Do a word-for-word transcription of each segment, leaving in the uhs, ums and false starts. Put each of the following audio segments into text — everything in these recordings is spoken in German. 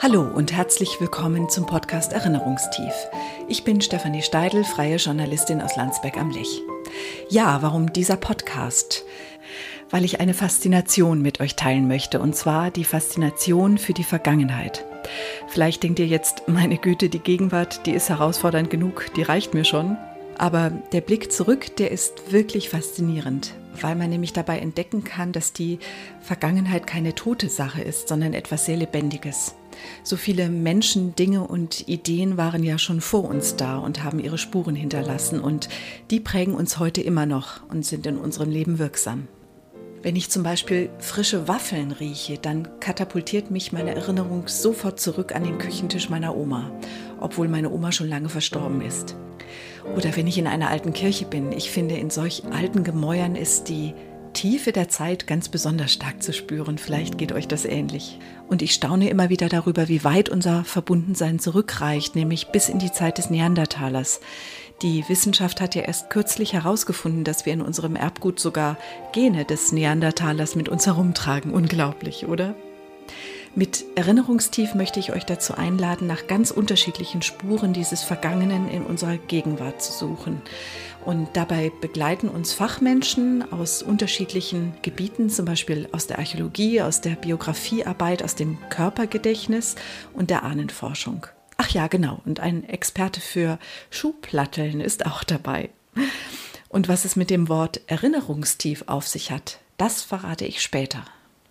Hallo und herzlich willkommen zum Podcast Erinnerungstief. Ich bin Stefanie Steidl, freie Journalistin aus Landsberg am Lech. Ja, warum dieser Podcast? Weil ich eine Faszination mit euch teilen möchte, und zwar die Faszination für die Vergangenheit. Vielleicht denkt ihr jetzt, meine Güte, die Gegenwart, die ist herausfordernd genug, die reicht mir schon. Aber der Blick zurück, der ist wirklich faszinierend, weil man nämlich dabei entdecken kann, dass die Vergangenheit keine tote Sache ist, sondern etwas sehr Lebendiges. So viele Menschen, Dinge und Ideen waren ja schon vor uns da und haben ihre Spuren hinterlassen, und die prägen uns heute immer noch und sind in unserem Leben wirksam. Wenn ich zum Beispiel frische Waffeln rieche, dann katapultiert mich meine Erinnerung sofort zurück an den Küchentisch meiner Oma, obwohl meine Oma schon lange verstorben ist. Oder wenn ich in einer alten Kirche bin, ich finde, in solch alten Gemäuern ist die Tiefe der Zeit ganz besonders stark zu spüren. Vielleicht geht euch das ähnlich. Und ich staune immer wieder darüber, wie weit unser Verbundensein zurückreicht, nämlich bis in die Zeit des Neandertalers. Die Wissenschaft hat ja erst kürzlich herausgefunden, dass wir in unserem Erbgut sogar Gene des Neandertalers mit uns herumtragen. Unglaublich, oder? Mit Erinnerungstief möchte ich euch dazu einladen, nach ganz unterschiedlichen Spuren dieses Vergangenen in unserer Gegenwart zu suchen. Und dabei begleiten uns Fachmenschen aus unterschiedlichen Gebieten, zum Beispiel aus der Archäologie, aus der Biografiearbeit, aus dem Körpergedächtnis und der Ahnenforschung. Ach ja, genau, und ein Experte für Schuhplatteln ist auch dabei. Und was es mit dem Wort Erinnerungstief auf sich hat, das verrate ich später.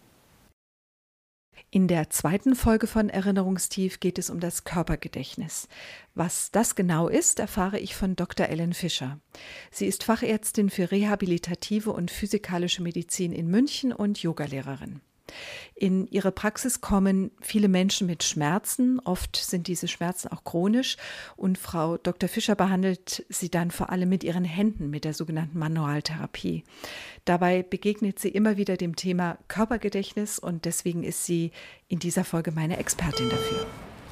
In der zweiten Folge von Erinnerungstief geht es um das Körpergedächtnis. Was das genau ist, erfahre ich von Doktor Ellen Fischer. Sie ist Fachärztin für rehabilitative und physikalische Medizin in München und Yogalehrerin. In ihre Praxis kommen viele Menschen mit Schmerzen, oft sind diese Schmerzen auch chronisch, und Frau Doktor Fischer behandelt sie dann vor allem mit ihren Händen, mit der sogenannten Manualtherapie. Dabei begegnet sie immer wieder dem Thema Körpergedächtnis, und deswegen ist sie in dieser Folge meine Expertin dafür.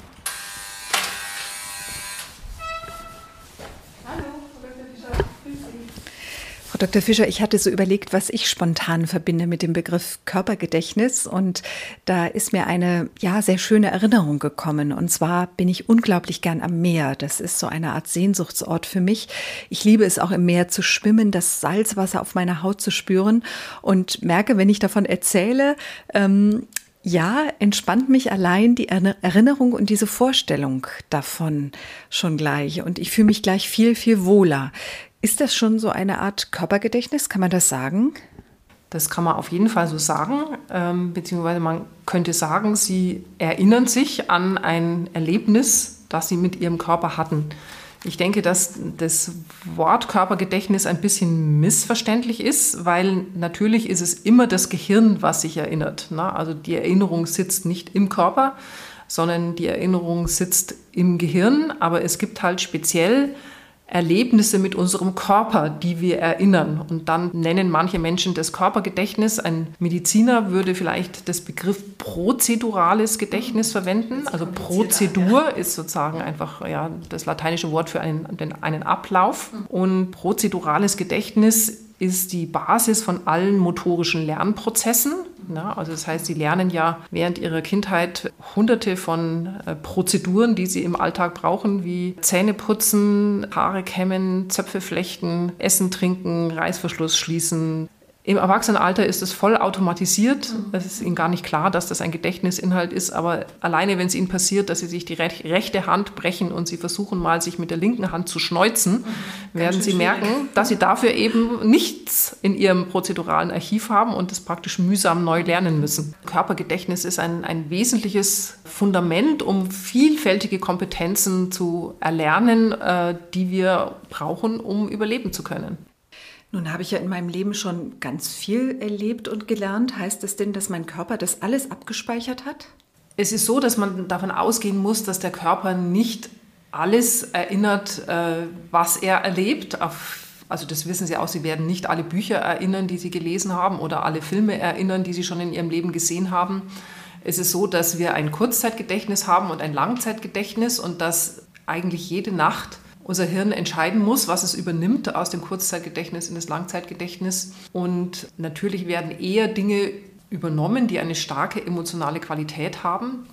Frau Doktor Fischer, ich hatte so überlegt, was ich spontan verbinde mit dem Begriff Körpergedächtnis, und da ist mir eine ja sehr schöne Erinnerung gekommen, und zwar bin ich unglaublich gern am Meer. Das ist so eine Art Sehnsuchtsort für mich. Ich liebe es auch im Meer zu schwimmen, das Salzwasser auf meiner Haut zu spüren, und merke, wenn ich davon erzähle, ähm, ja, entspannt mich allein die Erinnerung und diese Vorstellung davon schon gleich, und ich fühle mich gleich viel, viel wohler. Ist das schon so eine Art Körpergedächtnis? Kann man das sagen? Das kann man auf jeden Fall so sagen, ähm, beziehungsweise man könnte sagen, Sie erinnern sich an ein Erlebnis, das Sie mit Ihrem Körper hatten. Ich denke, dass das Wort Körpergedächtnis ein bisschen missverständlich ist, weil natürlich ist es immer das Gehirn, was sich erinnert. Ne? Also die Erinnerung sitzt nicht im Körper, sondern die Erinnerung sitzt im Gehirn, aber es gibt halt speziell Erlebnisse mit unserem Körper, die wir erinnern. Und dann nennen manche Menschen das Körpergedächtnis. Ein Mediziner würde vielleicht das Begriff prozedurales Gedächtnis verwenden. Also Prozedur ist sozusagen einfach ja, das lateinische Wort für einen, einen Ablauf. Und prozedurales Gedächtnis ist die Basis von allen motorischen Lernprozessen. Ja, also das heißt, sie lernen ja während ihrer Kindheit hunderte von äh, Prozeduren, die sie im Alltag brauchen, wie Zähne putzen, Haare kämmen, Zöpfe flechten, Essen trinken, Reißverschluss schließen. Im Erwachsenenalter ist es voll automatisiert. Es ist ihnen gar nicht klar, dass das ein Gedächtnisinhalt ist. Aber alleine, wenn es ihnen passiert, dass sie sich die rech- rechte Hand brechen und sie versuchen mal, sich mit der linken Hand zu schneuzen, mhm. werden sie merken, dass sie dafür eben nichts in ihrem prozeduralen Archiv haben und das praktisch mühsam neu lernen müssen. Körpergedächtnis ist ein, ein wesentliches Fundament, um vielfältige Kompetenzen zu erlernen, äh, die wir brauchen, um überleben zu können. Nun habe ich ja in meinem Leben schon ganz viel erlebt und gelernt. Heißt das denn, dass mein Körper das alles abgespeichert hat? Es ist so, dass man davon ausgehen muss, dass der Körper nicht alles erinnert, was er erlebt. Also das wissen Sie auch, Sie werden nicht alle Bücher erinnern, die Sie gelesen haben, oder alle Filme erinnern, die Sie schon in Ihrem Leben gesehen haben. Es ist so, dass wir ein Kurzzeitgedächtnis haben und ein Langzeitgedächtnis, und dass eigentlich jede Nacht unser Hirn entscheiden muss, was es übernimmt aus dem Kurzzeitgedächtnis in das Langzeitgedächtnis. Und natürlich werden eher Dinge übernommen, die eine starke emotionale Qualität haben.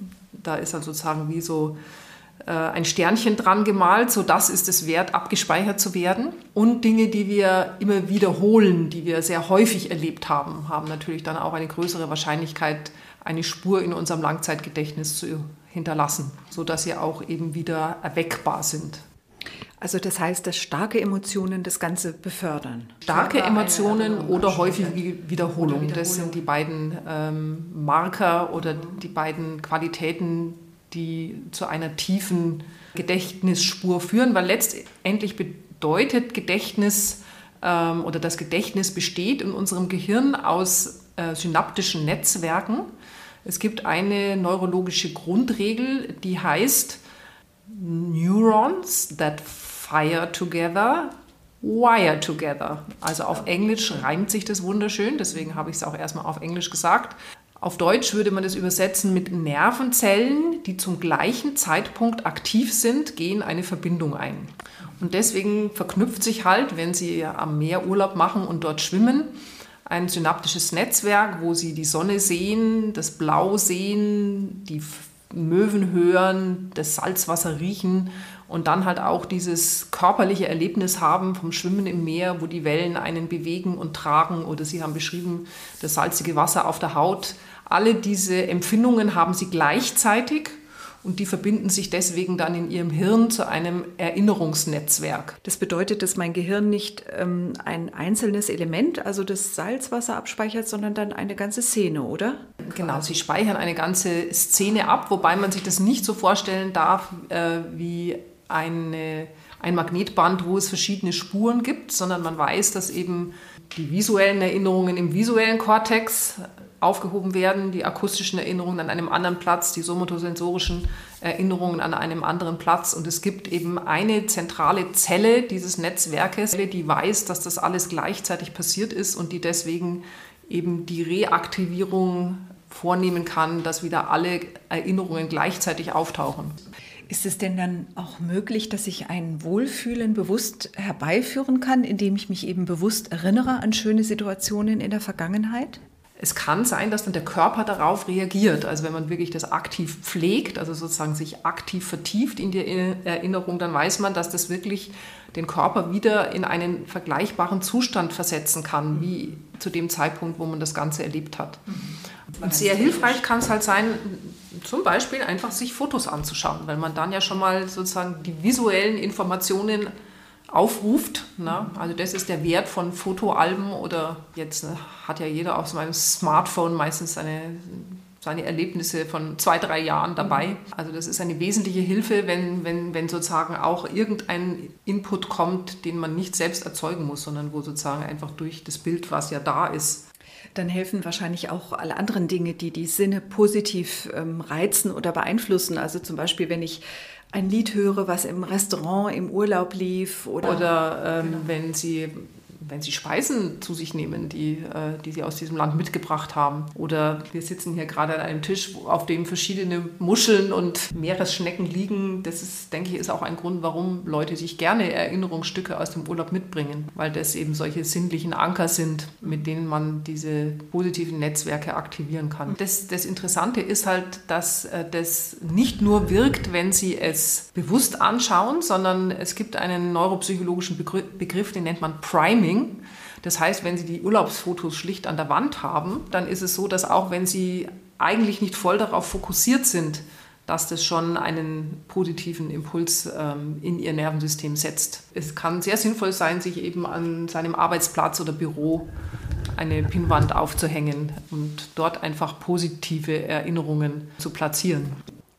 Da ist dann sozusagen wie so äh, ein Sternchen dran gemalt, so das ist es wert, abgespeichert zu werden. Und Dinge, die wir immer wiederholen, die wir sehr häufig erlebt haben, haben natürlich dann auch eine größere Wahrscheinlichkeit, eine Spur in unserem Langzeitgedächtnis zu hinterlassen, sodass sie auch eben wieder erweckbar sind. Also das heißt, dass starke Emotionen das Ganze befördern? Starke Emotionen oder häufige Wiederholung. Das sind die beiden ähm, Marker oder die beiden Qualitäten, die zu einer tiefen Gedächtnisspur führen, weil letztendlich bedeutet Gedächtnis ähm, oder das Gedächtnis besteht in unserem Gehirn aus äh, synaptischen Netzwerken. Es gibt eine neurologische Grundregel, die heißt Neurons that fire together, wire together. Also auf Englisch reimt sich das wunderschön, deswegen habe ich es auch erstmal auf Englisch gesagt. Auf Deutsch würde man das übersetzen mit Nervenzellen, die zum gleichen Zeitpunkt aktiv sind, gehen eine Verbindung ein. Und deswegen verknüpft sich halt, wenn Sie am Meer Urlaub machen und dort schwimmen, ein synaptisches Netzwerk, wo Sie die Sonne sehen, das Blau sehen, die Möwen hören, das Salzwasser riechen und dann halt auch dieses körperliche Erlebnis haben vom Schwimmen im Meer, wo die Wellen einen bewegen und tragen, oder Sie haben beschrieben, das salzige Wasser auf der Haut. Alle diese Empfindungen haben Sie gleichzeitig und die verbinden sich deswegen dann in Ihrem Hirn zu einem Erinnerungsnetzwerk. Das bedeutet, dass mein Gehirn nicht ähm, ein einzelnes Element, also das Salzwasser abspeichert, sondern dann eine ganze Szene, oder? Genau, Sie speichern eine ganze Szene ab, wobei man sich das nicht so vorstellen darf äh, wie eine, ein Magnetband, wo es verschiedene Spuren gibt, sondern man weiß, dass eben die visuellen Erinnerungen im visuellen Kortex aufgehoben werden, die akustischen Erinnerungen an einem anderen Platz, die somatosensorischen Erinnerungen an einem anderen Platz. Und es gibt eben eine zentrale Zelle dieses Netzwerkes, die weiß, dass das alles gleichzeitig passiert ist und die deswegen eben die Reaktivierung vornehmen kann, dass wieder alle Erinnerungen gleichzeitig auftauchen. Ist es denn dann auch möglich, dass ich ein Wohlfühlen bewusst herbeiführen kann, indem ich mich eben bewusst erinnere an schöne Situationen in der Vergangenheit? Es kann sein, dass dann der Körper darauf reagiert. Also wenn man wirklich das aktiv pflegt, also sozusagen sich aktiv vertieft in die Erinnerung, dann weiß man, dass das wirklich den Körper wieder in einen vergleichbaren Zustand versetzen kann, wie zu dem Zeitpunkt, wo man das Ganze erlebt hat. Und sehr hilfreich kann es halt sein, zum Beispiel einfach sich Fotos anzuschauen, weil man dann ja schon mal sozusagen die visuellen Informationen aufruft. Ne? Also das ist der Wert von Fotoalben oder jetzt ne, hat ja jeder auf seinem Smartphone meistens seine, seine Erlebnisse von zwei, drei Jahren dabei. Also das ist eine wesentliche Hilfe, wenn, wenn, wenn sozusagen auch irgendein Input kommt, den man nicht selbst erzeugen muss, sondern wo sozusagen einfach durch das Bild, was ja da ist. Dann helfen wahrscheinlich auch alle anderen Dinge, die die Sinne positiv ähm, reizen oder beeinflussen. Also zum Beispiel, wenn ich ein Lied höre, was im Restaurant, im Urlaub lief. Oder, oder ähm, genau. wenn Sie, wenn Sie Speisen zu sich nehmen, die, äh, die Sie aus diesem Land mitgebracht haben. Oder wir sitzen hier gerade an einem Tisch, auf dem verschiedene Muscheln und Meeresschnecken liegen. Das ist, denke ich, ist auch ein Grund, warum Leute sich gerne Erinnerungsstücke aus dem Urlaub mitbringen. Weil das eben solche sinnlichen Anker sind, mit denen man diese positiven Netzwerke aktivieren kann. Das, das Interessante ist halt, dass äh, das nicht nur wirkt, wenn Sie es bewusst anschauen, sondern es gibt einen neuropsychologischen Begriff, Begriff den nennt man Priming. Das heißt, wenn Sie die Urlaubsfotos schlicht an der Wand haben, dann ist es so, dass auch wenn Sie eigentlich nicht voll darauf fokussiert sind, dass das schon einen positiven Impuls ähm, in Ihr Nervensystem setzt. Es kann sehr sinnvoll sein, sich eben an seinem Arbeitsplatz oder Büro eine Pinnwand aufzuhängen und dort einfach positive Erinnerungen zu platzieren.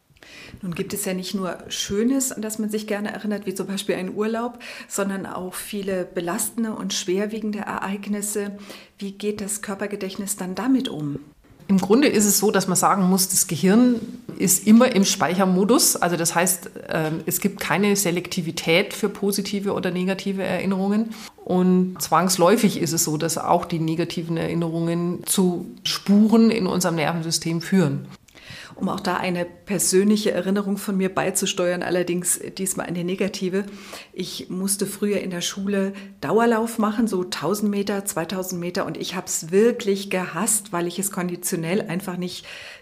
Nun gibt es ja nicht nur Schönes, an das man sich gerne erinnert, wie zum Beispiel ein Urlaub, sondern auch viele belastende und schwerwiegende Ereignisse. Wie geht das Körpergedächtnis dann damit um? Im Grunde ist es so, dass man sagen muss, das Gehirn ist immer im Speichermodus. Also das heißt, es gibt keine Selektivität für positive oder negative Erinnerungen. Und zwangsläufig ist es so, dass auch die negativen Erinnerungen zu Spuren in unserem Nervensystem führen. Um auch da eine persönliche Erinnerung von mir beizusteuern, allerdings diesmal eine negative. Ich musste früher in der Schule Dauerlauf machen, so tausend Meter, zweitausend Meter, und ich habe es wirklich gehasst, weil ich es konditionell einfach nicht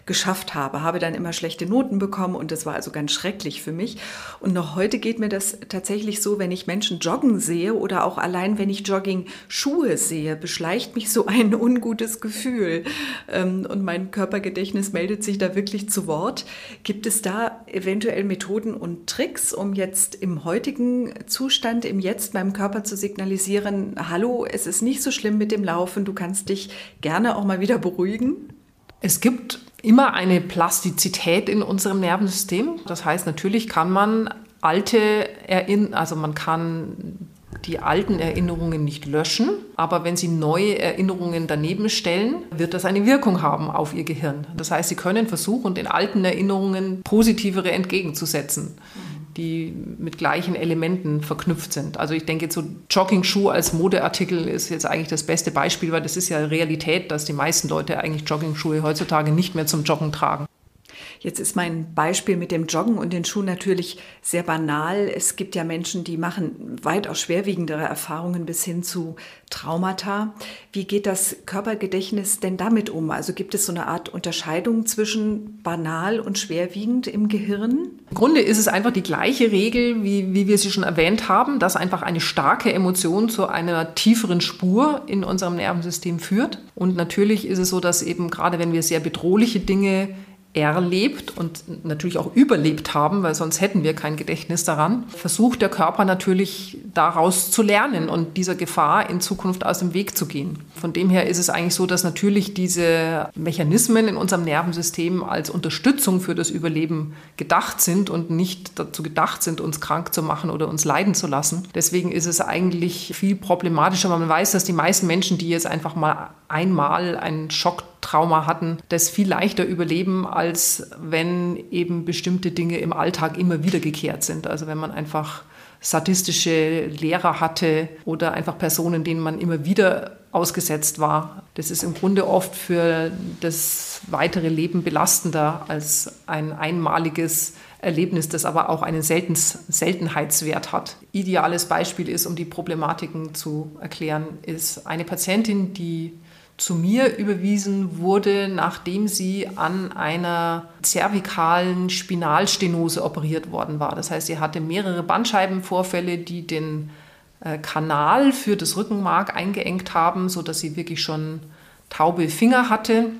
geschafft habe, habe dann immer schlechte Noten bekommen und das war also ganz schrecklich für mich. Und noch heute geht mir das tatsächlich so, wenn ich Menschen joggen sehe oder auch allein, wenn ich Jogging-Schuhe sehe, beschleicht mich so ein ungutes Gefühl. Und mein Körpergedächtnis meldet sich da wirklich zu Wort. Gibt es da eventuell Methoden und Tricks, um jetzt im heutigen Zustand, im Jetzt meinem Körper zu signalisieren, hallo, es ist nicht so schlimm mit dem Laufen, du kannst dich gerne auch mal wieder beruhigen? Es gibt immer eine Plastizität in unserem Nervensystem. Das heißt, natürlich kann man alte Erinnerungen, also man kann die alten Erinnerungen nicht löschen, aber wenn Sie neue Erinnerungen daneben stellen, wird das eine Wirkung haben auf Ihr Gehirn. Das heißt, Sie können versuchen, den alten Erinnerungen positivere entgegenzusetzen, die mit gleichen Elementen verknüpft sind. Also ich denke, so Jogging-Schuh als Modeartikel ist jetzt eigentlich das beste Beispiel, weil das ist ja Realität, dass die meisten Leute eigentlich Joggingschuhe heutzutage nicht mehr zum Joggen tragen. Jetzt ist mein Beispiel mit dem Joggen und den Schuhen natürlich sehr banal. Es gibt ja Menschen, die machen weitaus schwerwiegendere Erfahrungen bis hin zu Traumata. Wie geht das Körpergedächtnis denn damit um? Also gibt es so eine Art Unterscheidung zwischen banal und schwerwiegend im Gehirn? Im Grunde ist es einfach die gleiche Regel, wie, wie wir sie schon erwähnt haben, dass einfach eine starke Emotion zu einer tieferen Spur in unserem Nervensystem führt. Und natürlich ist es so, dass eben gerade wenn wir sehr bedrohliche Dinge erlebt und natürlich auch überlebt haben, weil sonst hätten wir kein Gedächtnis daran, versucht der Körper natürlich daraus zu lernen und dieser Gefahr in Zukunft aus dem Weg zu gehen. Von dem her ist es eigentlich so, dass natürlich diese Mechanismen in unserem Nervensystem als Unterstützung für das Überleben gedacht sind und nicht dazu gedacht sind, uns krank zu machen oder uns leiden zu lassen. Deswegen ist es eigentlich viel problematischer, weil man weiß, dass die meisten Menschen, die jetzt einfach mal einmal einen Schocktrauma hatten, das viel leichter überleben, als wenn eben bestimmte Dinge im Alltag immer wiedergekehrt sind. Also wenn man einfach sadistische Lehrer hatte oder einfach Personen, denen man immer wieder ausgesetzt war. Das ist im Grunde oft für das weitere Leben belastender als ein einmaliges Erlebnis, das aber auch einen Selten- Seltenheitswert hat. Ideales Beispiel ist, um die Problematiken zu erklären, ist eine Patientin, die zu mir überwiesen wurde, nachdem sie an einer zervikalen Spinalstenose operiert worden war. Das heißt, sie hatte mehrere Bandscheibenvorfälle, die den äh, Kanal für das Rückenmark eingeengt haben, sodass sie wirklich schon taube Finger hatte.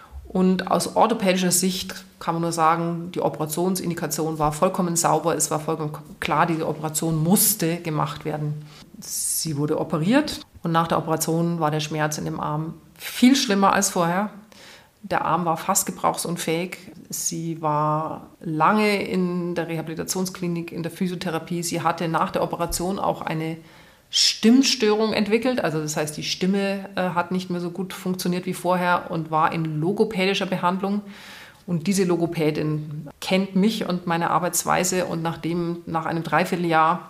Und aus orthopädischer Sicht kann man nur sagen, die Operationsindikation war vollkommen sauber. Es war vollkommen klar, diese Operation musste gemacht werden. Sie wurde operiert und nach der Operation war der Schmerz in dem Arm viel schlimmer als vorher. Der Arm war fast gebrauchsunfähig. Sie war lange in der Rehabilitationsklinik, in der Physiotherapie. Sie hatte nach der Operation auch eine Stimmstörung entwickelt. Also das heißt, die Stimme äh, hat nicht mehr so gut funktioniert wie vorher und war in logopädischer Behandlung. Und diese Logopädin kennt mich und meine Arbeitsweise. Und nachdem nach einem Dreivierteljahr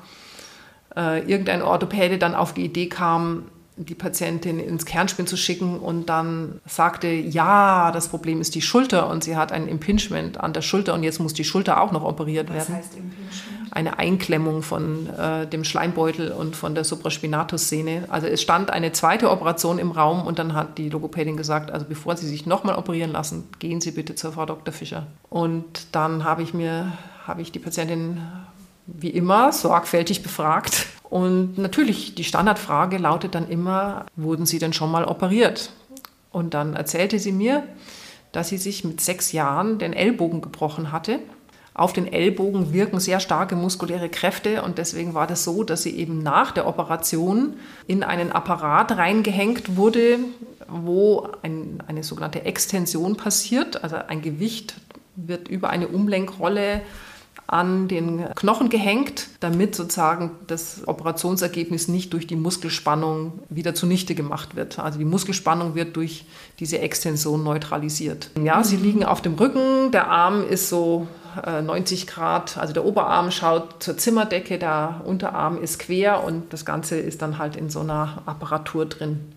äh, irgendein Orthopäde dann auf die Idee kam, die Patientin ins Kernspin zu schicken und dann sagte, ja, das Problem ist die Schulter und sie hat ein Impingement an der Schulter und jetzt muss die Schulter auch noch operiert Was werden. Was heißt Impingement? Eine Einklemmung von äh, dem Schleimbeutel und von der Supraspinatus-Sehne. Also es stand eine zweite Operation im Raum und dann hat die Logopädin gesagt, also bevor Sie sich nochmal operieren lassen, gehen Sie bitte zur Frau Doktor Fischer. Und dann habe ich mir, habe ich die Patientin wie immer sorgfältig befragt. Und natürlich, die Standardfrage lautet dann immer, wurden Sie denn schon mal operiert? Und dann erzählte sie mir, dass sie sich mit sechs Jahren den Ellbogen gebrochen hatte. Auf den Ellbogen wirken sehr starke muskuläre Kräfte und deswegen war das so, dass sie eben nach der Operation in einen Apparat reingehängt wurde, wo ein, eine sogenannte Extension passiert. Also ein Gewicht wird über eine Umlenkrolle an den Knochen gehängt, damit sozusagen das Operationsergebnis nicht durch die Muskelspannung wieder zunichte gemacht wird. Also die Muskelspannung wird durch diese Extension neutralisiert. Ja, sie liegen auf dem Rücken, der Arm ist so äh, neunzig Grad, also der Oberarm schaut zur Zimmerdecke, der Unterarm ist quer und das Ganze ist dann halt in so einer Apparatur drin.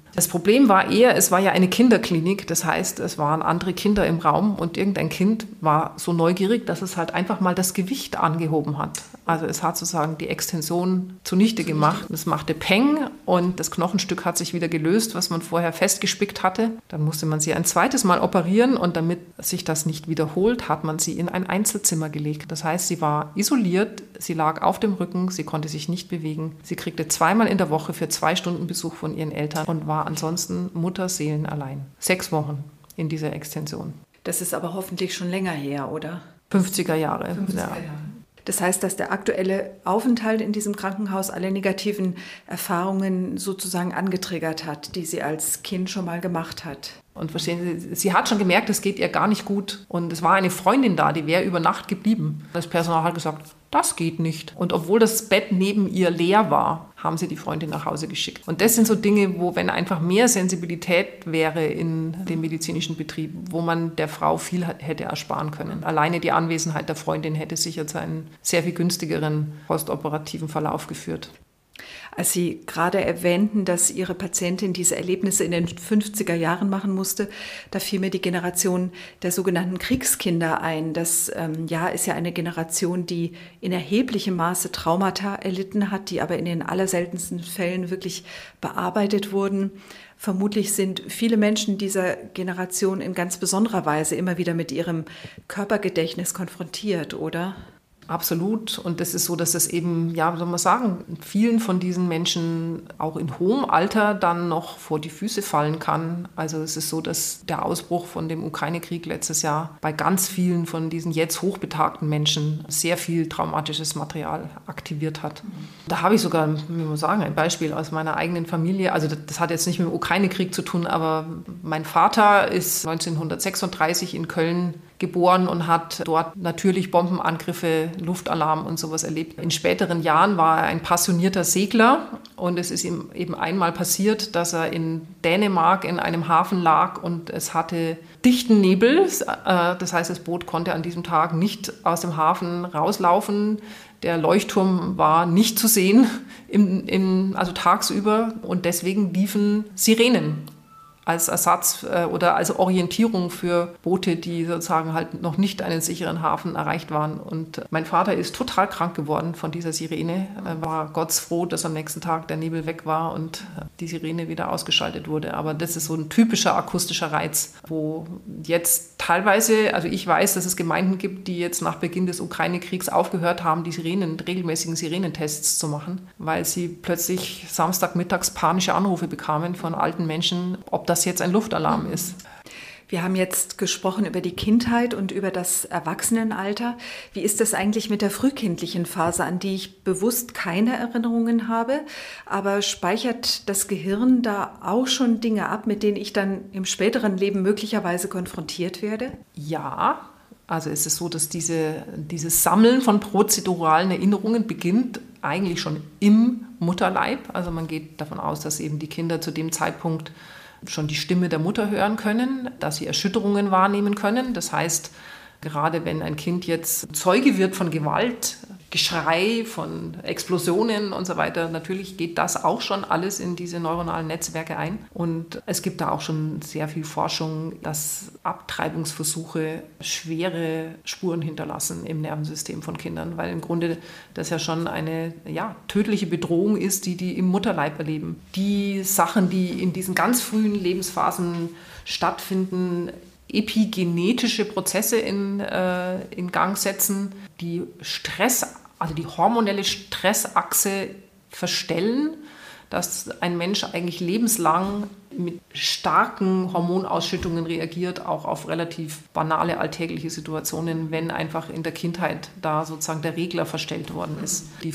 Das Problem war eher, es war ja eine Kinderklinik, das heißt, es waren andere Kinder im Raum und irgendein Kind war so neugierig, dass es halt einfach mal das Gewicht angehoben hat. Also es hat sozusagen die Extension zunichte gemacht. Es machte Peng und das Knochenstück hat sich wieder gelöst, was man vorher festgespickt hatte. Dann musste man sie ein zweites Mal operieren und damit sich das nicht wiederholt, hat man sie in ein Einzelzimmer gelegt. Das heißt, sie war isoliert, sie lag auf dem Rücken, sie konnte sich nicht bewegen. Sie kriegte zweimal in der Woche für zwei Stunden Besuch von ihren Eltern und war ansonsten Mutterseelen allein. Sechs Wochen in dieser Extension. Das ist aber hoffentlich schon länger her, oder? fünfziger Jahre. fünfziger Ja. Jahre. Das heißt, dass der aktuelle Aufenthalt in diesem Krankenhaus alle negativen Erfahrungen sozusagen angetriggert hat, die sie als Kind schon mal gemacht hat. Und verstehen Sie, sie hat schon gemerkt, es geht ihr gar nicht gut. Und es war eine Freundin da, die wäre über Nacht geblieben. Das Personal hat gesagt, das geht nicht. Und obwohl das Bett neben ihr leer war, haben sie die Freundin nach Hause geschickt. Und das sind so Dinge, wo, wenn einfach mehr Sensibilität wäre in dem medizinischen Betrieb, wo man der Frau viel hätte ersparen können. Alleine die Anwesenheit der Freundin hätte sicher zu einem sehr viel günstigeren postoperativen Verlauf geführt. Als Sie gerade erwähnten, dass Ihre Patientin diese Erlebnisse in den fünfziger Jahren machen musste, da fiel mir die Generation der sogenannten Kriegskinder ein. Das ähm, ja, ist ja eine Generation, die in erheblichem Maße Traumata erlitten hat, die aber in den allerseltensten Fällen wirklich bearbeitet wurden. Vermutlich sind viele Menschen dieser Generation in ganz besonderer Weise immer wieder mit ihrem Körpergedächtnis konfrontiert, oder? Absolut. Und das ist so, dass es eben, ja, wie soll man sagen, vielen von diesen Menschen auch in hohem Alter dann noch vor die Füße fallen kann. Also es ist so, dass der Ausbruch von dem Ukraine-Krieg letztes Jahr bei ganz vielen von diesen jetzt hochbetagten Menschen sehr viel traumatisches Material aktiviert hat. Da habe ich sogar, wie man sagen, ein Beispiel aus meiner eigenen Familie. Also das, das hat jetzt nicht mit dem Ukraine-Krieg zu tun, aber mein Vater ist neunzehnhundertsechsunddreißig in Köln geboren und hat dort natürlich Bombenangriffe, Luftalarm und sowas erlebt. In späteren Jahren war er ein passionierter Segler und es ist ihm eben einmal passiert, dass er in Dänemark in einem Hafen lag und es hatte dichten Nebel. Das heißt, das Boot konnte an diesem Tag nicht aus dem Hafen rauslaufen. Der Leuchtturm war nicht zu sehen, im, im, also tagsüber, und deswegen liefen Sirenen als Ersatz äh, oder als Orientierung für Boote, die sozusagen halt noch nicht einen sicheren Hafen erreicht waren. Und mein Vater ist total krank geworden von dieser Sirene, äh, war gottsfroh, dass am nächsten Tag der Nebel weg war und die Sirene wieder ausgeschaltet wurde. Aber das ist so ein typischer akustischer Reiz, wo jetzt teilweise, also ich weiß, dass es Gemeinden gibt, die jetzt nach Beginn des Ukraine-Kriegs aufgehört haben, die Sirenen, regelmäßigen Sirenentests zu machen, weil sie plötzlich samstagmittags panische Anrufe bekamen von alten Menschen, ob das jetzt ein Luftalarm ist. Wir haben jetzt gesprochen über die Kindheit und über das Erwachsenenalter. Wie ist das eigentlich mit der frühkindlichen Phase, an die ich bewusst keine Erinnerungen habe? Aber speichert das Gehirn da auch schon Dinge ab, mit denen ich dann im späteren Leben möglicherweise konfrontiert werde? Ja, also es ist so, dass diese, dieses Sammeln von prozeduralen Erinnerungen beginnt eigentlich schon im Mutterleib. Also man geht davon aus, dass eben die Kinder zu dem Zeitpunkt schon die Stimme der Mutter hören können, dass sie Erschütterungen wahrnehmen können. Das heißt, gerade wenn ein Kind jetzt Zeuge wird von Gewalt, Geschrei, von Explosionen und so weiter, natürlich geht das auch schon alles in diese neuronalen Netzwerke ein. Und es gibt da auch schon sehr viel Forschung, dass Abtreibungsversuche schwere Spuren hinterlassen im Nervensystem von Kindern, weil im Grunde das ja schon eine ja, tödliche Bedrohung ist, die die im Mutterleib erleben. Die Sachen, die in diesen ganz frühen Lebensphasen stattfinden, epigenetische Prozesse in, äh, in Gang setzen, die Stress, also die hormonelle Stressachse verstellen, dass ein Mensch eigentlich lebenslang mit starken Hormonausschüttungen reagiert, auch auf relativ banale alltägliche Situationen, wenn einfach in der Kindheit da sozusagen der Regler verstellt worden ist. Die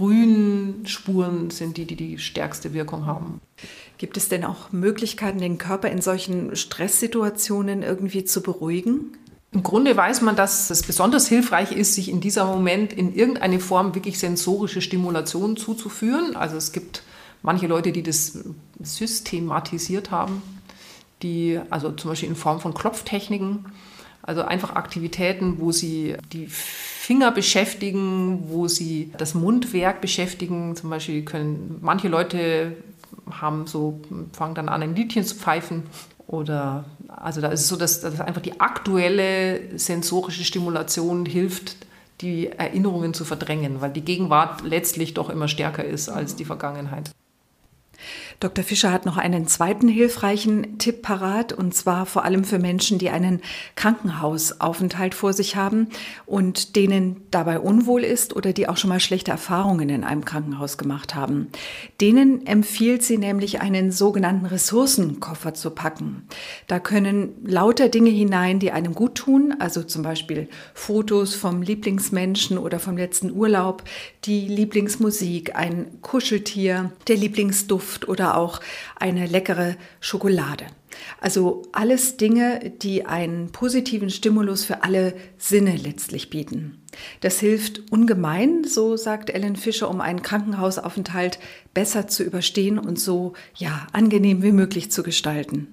frühen Spuren sind die, die die stärkste Wirkung haben. Gibt es denn auch Möglichkeiten, den Körper in solchen Stresssituationen irgendwie zu beruhigen? Im Grunde weiß man, dass es besonders hilfreich ist, sich in diesem Moment in irgendeine Form wirklich sensorische Stimulation zuzuführen. Also es gibt manche Leute, die das systematisiert haben, die also zum Beispiel in Form von Klopftechniken, also einfach Aktivitäten, wo sie die Finger beschäftigen, wo sie das Mundwerk beschäftigen. Zum Beispiel können manche Leute haben so, fangen dann an, ein Liedchen zu pfeifen. Oder, also da ist es so, dass, dass einfach die aktuelle sensorische Stimulation hilft, die Erinnerungen zu verdrängen, weil die Gegenwart letztlich doch immer stärker ist als die Vergangenheit. Doktor Fischer hat noch einen zweiten hilfreichen Tipp parat, und zwar vor allem für Menschen, die einen Krankenhausaufenthalt vor sich haben und denen dabei unwohl ist oder die auch schon mal schlechte Erfahrungen in einem Krankenhaus gemacht haben. Denen empfiehlt sie nämlich, einen sogenannten Ressourcenkoffer zu packen. Da können lauter Dinge hinein, die einem gut tun, also zum Beispiel Fotos vom Lieblingsmenschen oder vom letzten Urlaub, die Lieblingsmusik, ein Kuscheltier, der Lieblingsduft oder auch eine leckere Schokolade. Also alles Dinge, die einen positiven Stimulus für alle Sinne letztlich bieten. Das hilft ungemein, so sagt Ellen Fischer, um einen Krankenhausaufenthalt besser zu überstehen und so ja angenehm wie möglich zu gestalten.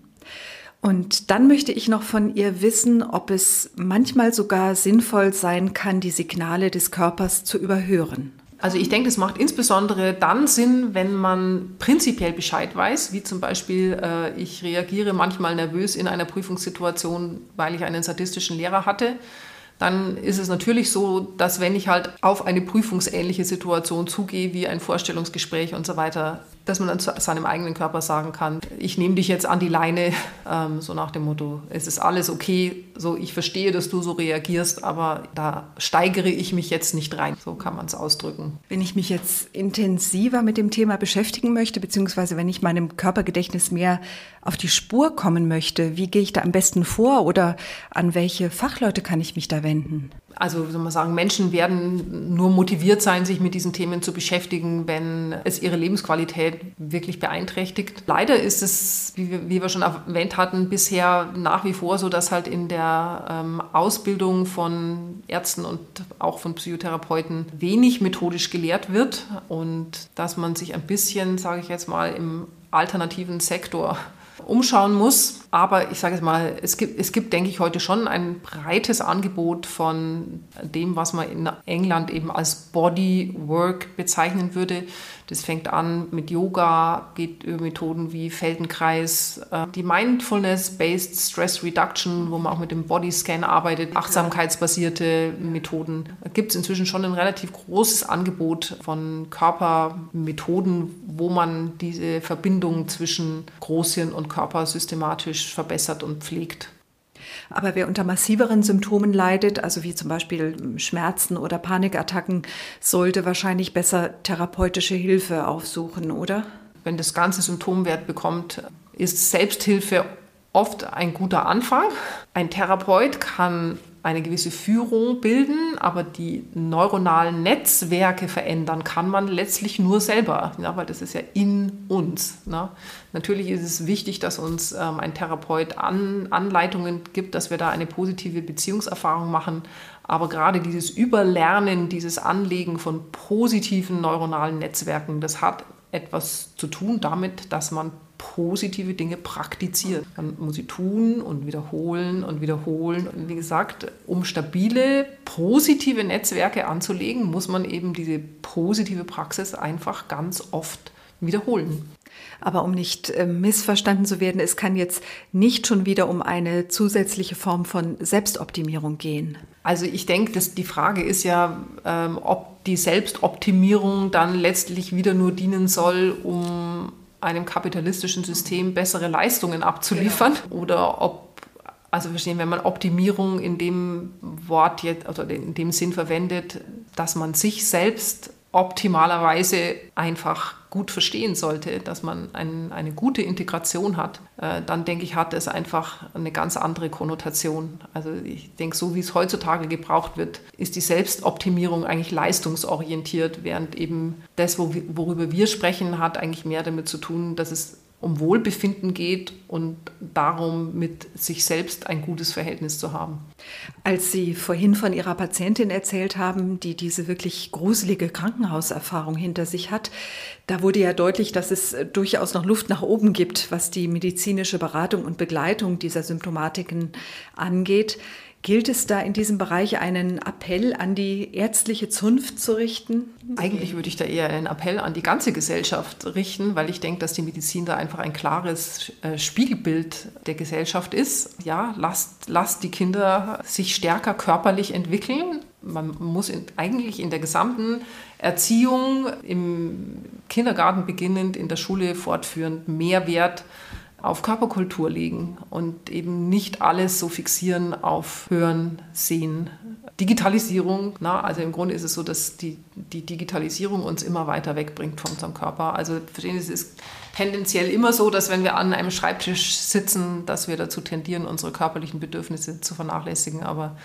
Und dann möchte ich noch von ihr wissen, ob es manchmal sogar sinnvoll sein kann, die Signale des Körpers zu überhören. Also ich denke, das macht insbesondere dann Sinn, wenn man prinzipiell Bescheid weiß, wie zum Beispiel, äh, ich reagiere manchmal nervös in einer Prüfungssituation, weil ich einen sadistischen Lehrer hatte. Dann ist es natürlich so, dass wenn ich halt auf eine prüfungsähnliche Situation zugehe, wie ein Vorstellungsgespräch und so weiter, dass man dann zu seinem eigenen Körper sagen kann, ich nehme dich jetzt an die Leine, ähm, so nach dem Motto, es ist alles okay, so ich verstehe, dass du so reagierst, aber da steigere ich mich jetzt nicht rein. So kann man es ausdrücken. Wenn ich mich jetzt intensiver mit dem Thema beschäftigen möchte, beziehungsweise wenn ich meinem Körpergedächtnis mehr auf die Spur kommen möchte, wie gehe ich da am besten vor oder an welche Fachleute kann ich mich da wenden? Also soll man sagen, Menschen werden nur motiviert sein, sich mit diesen Themen zu beschäftigen, wenn es ihre Lebensqualität wirklich beeinträchtigt. Leider ist es, wie wir, wie wir schon erwähnt hatten, bisher nach wie vor so, dass halt in der ähm, Ausbildung von Ärzten und auch von Psychotherapeuten wenig methodisch gelehrt wird und dass man sich ein bisschen, sage ich jetzt mal, im alternativen Sektor umschauen muss. Aber ich sage jetzt mal, es gibt, es gibt, denke ich, heute schon ein breites Angebot von dem, was man in England eben als Bodywork bezeichnen würde. Das fängt an mit Yoga, geht über Methoden wie Feldenkreis, die Mindfulness-Based Stress Reduction, wo man auch mit dem Bodyscan arbeitet, achtsamkeitsbasierte Methoden. Da gibt es inzwischen schon ein relativ großes Angebot von Körpermethoden, wo man diese Verbindung zwischen Großhirn und Körper systematisch verbessert und pflegt. Aber wer unter massiveren Symptomen leidet, also wie zum Beispiel Schmerzen oder Panikattacken, sollte wahrscheinlich besser therapeutische Hilfe aufsuchen, oder? Wenn das ganze Symptomwert bekommt, ist Selbsthilfe oft ein guter Anfang. Ein Therapeut kann eine gewisse Führung bilden, aber die neuronalen Netzwerke verändern kann man letztlich nur selber, ja, weil das ist ja in uns. Ne? Natürlich ist es wichtig, dass uns ähm, ein Therapeut an, Anleitungen gibt, dass wir da eine positive Beziehungserfahrung machen, aber gerade dieses Überlernen, dieses Anlegen von positiven neuronalen Netzwerken, das hat etwas zu tun damit, dass man positive Dinge praktiziert. Man muss sie tun und wiederholen und wiederholen. Und wie gesagt, um stabile, positive Netzwerke anzulegen, muss man eben diese positive Praxis einfach ganz oft wiederholen. Aber um nicht äh, missverstanden zu werden, es kann jetzt nicht schon wieder um eine zusätzliche Form von Selbstoptimierung gehen. Also ich denke, dass die Frage ist ja, ähm, ob die Selbstoptimierung dann letztlich wieder nur dienen soll, um einem kapitalistischen System bessere Leistungen abzuliefern, genau. Oder ob, also verstehen, wenn man Optimierung in dem Wort jetzt, oder in dem Sinn verwendet, dass man sich selbst optimalerweise einfach gut verstehen sollte, dass man ein, eine gute Integration hat, äh, dann denke ich, hat es einfach eine ganz andere Konnotation. Also ich denke, so wie es heutzutage gebraucht wird, ist die Selbstoptimierung eigentlich leistungsorientiert, während eben das, wo wir, worüber wir sprechen, hat eigentlich mehr damit zu tun, dass es um Wohlbefinden geht und darum, mit sich selbst ein gutes Verhältnis zu haben. Als Sie vorhin von Ihrer Patientin erzählt haben, die diese wirklich gruselige Krankenhauserfahrung hinter sich hat, da wurde ja deutlich, dass es durchaus noch Luft nach oben gibt, was die medizinische Beratung und Begleitung dieser Symptomatiken angeht. Gilt es da in diesem Bereich einen Appell an die ärztliche Zunft zu richten? Eigentlich würde ich da eher einen Appell an die ganze Gesellschaft richten, weil ich denke, dass die Medizin da einfach ein klares äh, Spiegelbild der Gesellschaft ist. Ja, lasst, lasst die Kinder sich stärker körperlich entwickeln. Man muss in, eigentlich in der gesamten Erziehung, im Kindergarten beginnend, in der Schule fortführend, mehr Wert auf Körperkultur legen und eben nicht alles so fixieren auf Hören, Sehen. Digitalisierung, na, also im Grunde ist es so, dass die, die Digitalisierung uns immer weiter wegbringt von unserem Körper. Also verstehen Sie, es ist tendenziell immer so, dass wenn wir an einem Schreibtisch sitzen, dass wir dazu tendieren, unsere körperlichen Bedürfnisse zu vernachlässigen, aber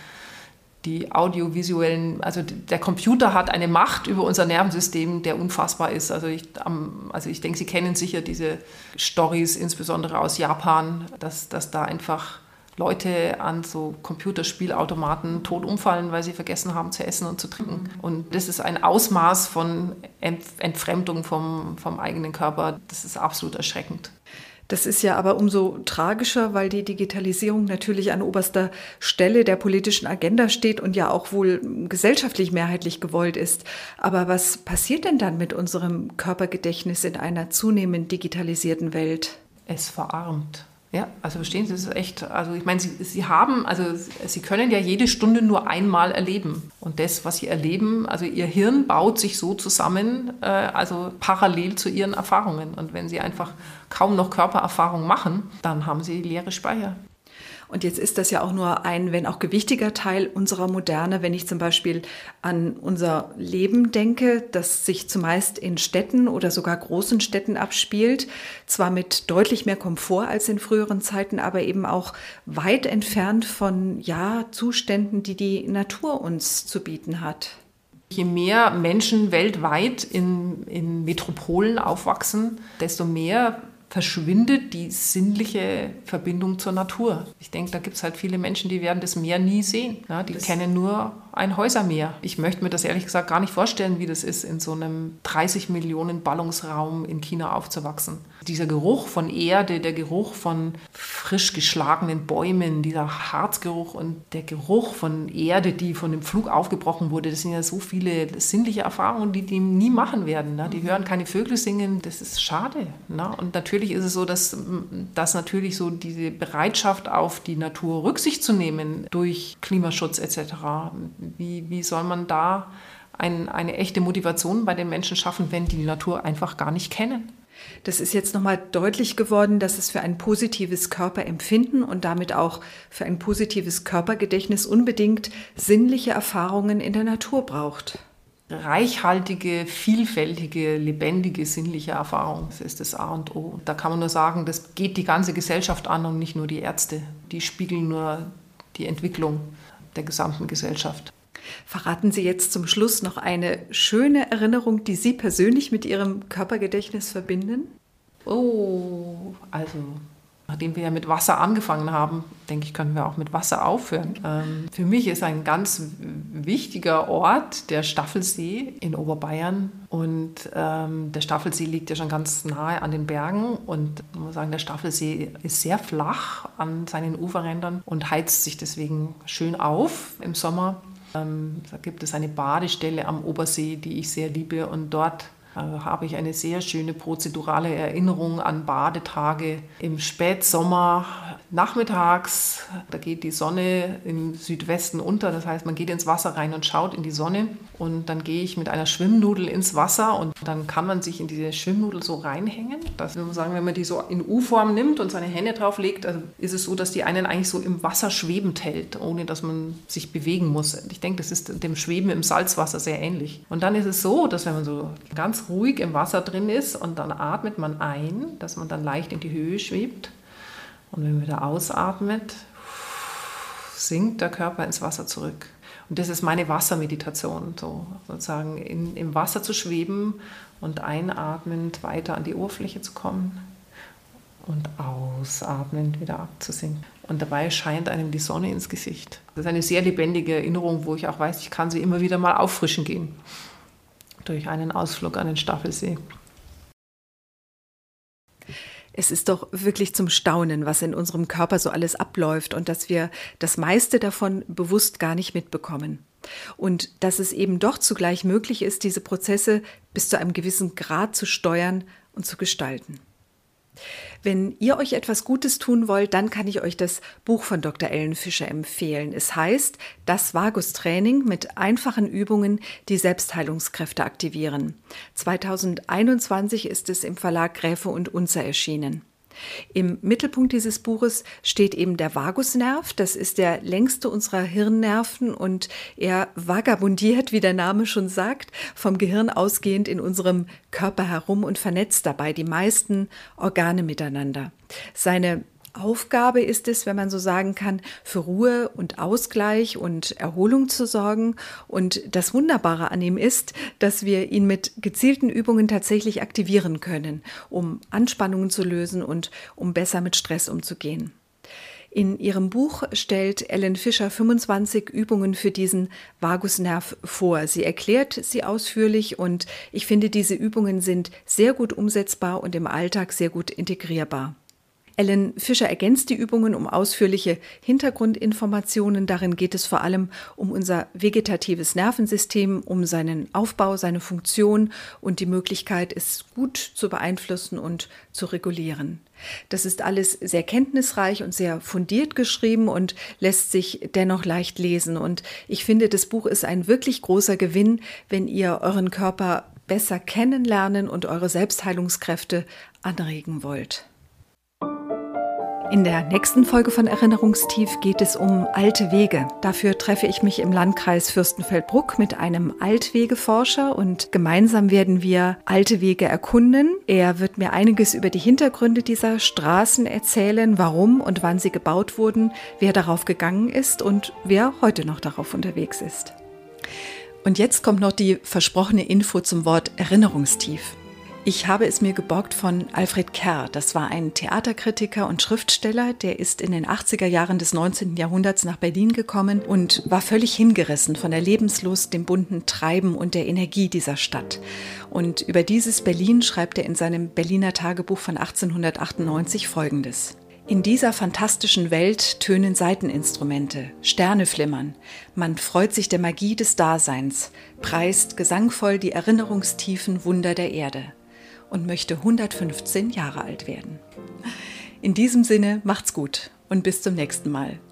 die audiovisuellen, also der Computer hat eine Macht über unser Nervensystem, der unfassbar ist. Also ich, also ich denke, Sie kennen sicher diese Storys, insbesondere aus Japan, dass, dass da einfach Leute an so Computerspielautomaten tot umfallen, weil sie vergessen haben zu essen und zu trinken. Und das ist ein Ausmaß von Entfremdung vom, vom eigenen Körper, das ist absolut erschreckend. Das ist ja aber umso tragischer, weil die Digitalisierung natürlich an oberster Stelle der politischen Agenda steht und ja auch wohl gesellschaftlich mehrheitlich gewollt ist. Aber was passiert denn dann mit unserem Körpergedächtnis in einer zunehmend digitalisierten Welt? Es verarmt. Ja, also verstehen Sie, das ist echt, also ich meine, Sie, Sie haben, also Sie können ja jede Stunde nur einmal erleben. Und das, was Sie erleben, also Ihr Hirn baut sich so zusammen, äh, also parallel zu Ihren Erfahrungen. Und wenn Sie einfach kaum noch Körpererfahrung machen, dann haben Sie leere Speicher. Und jetzt ist das ja auch nur ein, wenn auch gewichtiger Teil unserer Moderne, wenn ich zum Beispiel an unser Leben denke, das sich zumeist in Städten oder sogar großen Städten abspielt, zwar mit deutlich mehr Komfort als in früheren Zeiten, aber eben auch weit entfernt von ja, Zuständen, die die Natur uns zu bieten hat. Je mehr Menschen weltweit in, in Metropolen aufwachsen, desto mehr verschwindet die sinnliche Verbindung zur Natur. Ich denke, da gibt es halt viele Menschen, die werden das Meer nie sehen. Ja, die das kennen nur ein Häusermeer. Ich möchte mir das ehrlich gesagt gar nicht vorstellen, wie das ist, in so einem dreißig Millionen Ballungsraum in China aufzuwachsen. Dieser Geruch von Erde, der Geruch von frisch geschlagenen Bäumen, dieser Harzgeruch und der Geruch von Erde, die von dem Flug aufgebrochen wurde, das sind ja so viele sinnliche Erfahrungen, die die nie machen werden. Ne? Die hören keine Vögel singen, das ist schade. Ne? Und natürlich ist es so, dass, dass natürlich so diese Bereitschaft auf die Natur Rücksicht zu nehmen durch Klimaschutz et cetera, wie, wie soll man da ein, eine echte Motivation bei den Menschen schaffen, wenn die die Natur einfach gar nicht kennen? Das ist jetzt nochmal deutlich geworden, dass es für ein positives Körperempfinden und damit auch für ein positives Körpergedächtnis unbedingt sinnliche Erfahrungen in der Natur braucht. Reichhaltige, vielfältige, lebendige, sinnliche Erfahrung, das ist das A und O. Da kann man nur sagen, das geht die ganze Gesellschaft an und nicht nur die Ärzte. Die spiegeln nur die Entwicklung der gesamten Gesellschaft. Verraten Sie jetzt zum Schluss noch eine schöne Erinnerung, die Sie persönlich mit Ihrem Körpergedächtnis verbinden? Oh, also nachdem wir ja mit Wasser angefangen haben, denke ich, können wir auch mit Wasser aufhören. Ähm, für mich ist ein ganz wichtiger Ort der Staffelsee in Oberbayern. Und ähm, der Staffelsee liegt ja schon ganz nahe an den Bergen. Und man muss sagen, der Staffelsee ist sehr flach an seinen Uferrändern und heizt sich deswegen schön auf im Sommer. Ähm, da gibt es eine Badestelle am Obersee, die ich sehr liebe. Und dort äh, habe ich eine sehr schöne prozedurale Erinnerung an Badetage im Spätsommer, nachmittags. Da geht die Sonne im Südwesten unter. Das heißt, man geht ins Wasser rein und schaut in die Sonne. Und dann gehe ich mit einer Schwimmnudel ins Wasser und dann kann man sich in diese Schwimmnudel so reinhängen. Das will man sagen, wenn man die so in U-Form nimmt und seine Hände drauf legt, also ist es so, dass die einen eigentlich so im Wasser schwebend hält, ohne dass man sich bewegen muss. Ich denke, das ist dem Schweben im Salzwasser sehr ähnlich. Und dann ist es so, dass wenn man so ganz ruhig im Wasser drin ist und dann atmet man ein, dass man dann leicht in die Höhe schwebt. Und wenn man wieder ausatmet, sinkt der Körper ins Wasser zurück. Und das ist meine Wassermeditation, so sozusagen in, im Wasser zu schweben und einatmend weiter an die Oberfläche zu kommen und ausatmend wieder abzusinken. Und dabei scheint einem die Sonne ins Gesicht. Das ist eine sehr lebendige Erinnerung, wo ich auch weiß, ich kann sie immer wieder mal auffrischen gehen durch einen Ausflug an den Staffelsee. Es ist doch wirklich zum Staunen, was in unserem Körper so alles abläuft und dass wir das meiste davon bewusst gar nicht mitbekommen. Und dass es eben doch zugleich möglich ist, diese Prozesse bis zu einem gewissen Grad zu steuern und zu gestalten. Wenn ihr euch etwas Gutes tun wollt, dann kann ich euch das Buch von Doktor Ellen Fischer empfehlen. Es heißt Das Vagus-Training mit einfachen Übungen, die Selbstheilungskräfte aktivieren. zweitausendeinundzwanzig ist es im Verlag Gräfe und Unzer erschienen. Im Mittelpunkt dieses Buches steht eben der Vagusnerv. Das ist der längste unserer Hirnnerven und er vagabundiert, wie der Name schon sagt, vom Gehirn ausgehend in unserem Körper herum und vernetzt dabei die meisten Organe miteinander. Seine Aufgabe ist es, wenn man so sagen kann, für Ruhe und Ausgleich und Erholung zu sorgen. Und das Wunderbare an ihm ist, dass wir ihn mit gezielten Übungen tatsächlich aktivieren können, um Anspannungen zu lösen und um besser mit Stress umzugehen. In ihrem Buch stellt Ellen Fischer fünfundzwanzig Übungen für diesen Vagusnerv vor. Sie erklärt sie ausführlich und ich finde, diese Übungen sind sehr gut umsetzbar und im Alltag sehr gut integrierbar. Ellen Fischer ergänzt die Übungen um ausführliche Hintergrundinformationen. Darin geht es vor allem um unser vegetatives Nervensystem, um seinen Aufbau, seine Funktion und die Möglichkeit, es gut zu beeinflussen und zu regulieren. Das ist alles sehr kenntnisreich und sehr fundiert geschrieben und lässt sich dennoch leicht lesen. Und ich finde, das Buch ist ein wirklich großer Gewinn, wenn ihr euren Körper besser kennenlernen und eure Selbstheilungskräfte anregen wollt. In der nächsten Folge von Erinnerungstief geht es um alte Wege. Dafür treffe ich mich im Landkreis Fürstenfeldbruck mit einem Altwegeforscher und gemeinsam werden wir alte Wege erkunden. Er wird mir einiges über die Hintergründe dieser Straßen erzählen, warum und wann sie gebaut wurden, wer darauf gegangen ist und wer heute noch darauf unterwegs ist. Und jetzt kommt noch die versprochene Info zum Wort Erinnerungstief. Ich habe es mir geborgt von Alfred Kerr. Das war ein Theaterkritiker und Schriftsteller, der ist in den achtziger Jahren des neunzehnten Jahrhunderts nach Berlin gekommen und war völlig hingerissen von der Lebenslust, dem bunten Treiben und der Energie dieser Stadt. Und über dieses Berlin schreibt er in seinem Berliner Tagebuch von achtzehnhundertachtundneunzig Folgendes. In dieser fantastischen Welt tönen Saiteninstrumente, Sterne flimmern. Man freut sich der Magie des Daseins, preist gesangvoll die erinnerungstiefen Wunder der Erde und möchte hundertfünfzehn Jahre alt werden. In diesem Sinne, macht's gut und bis zum nächsten Mal.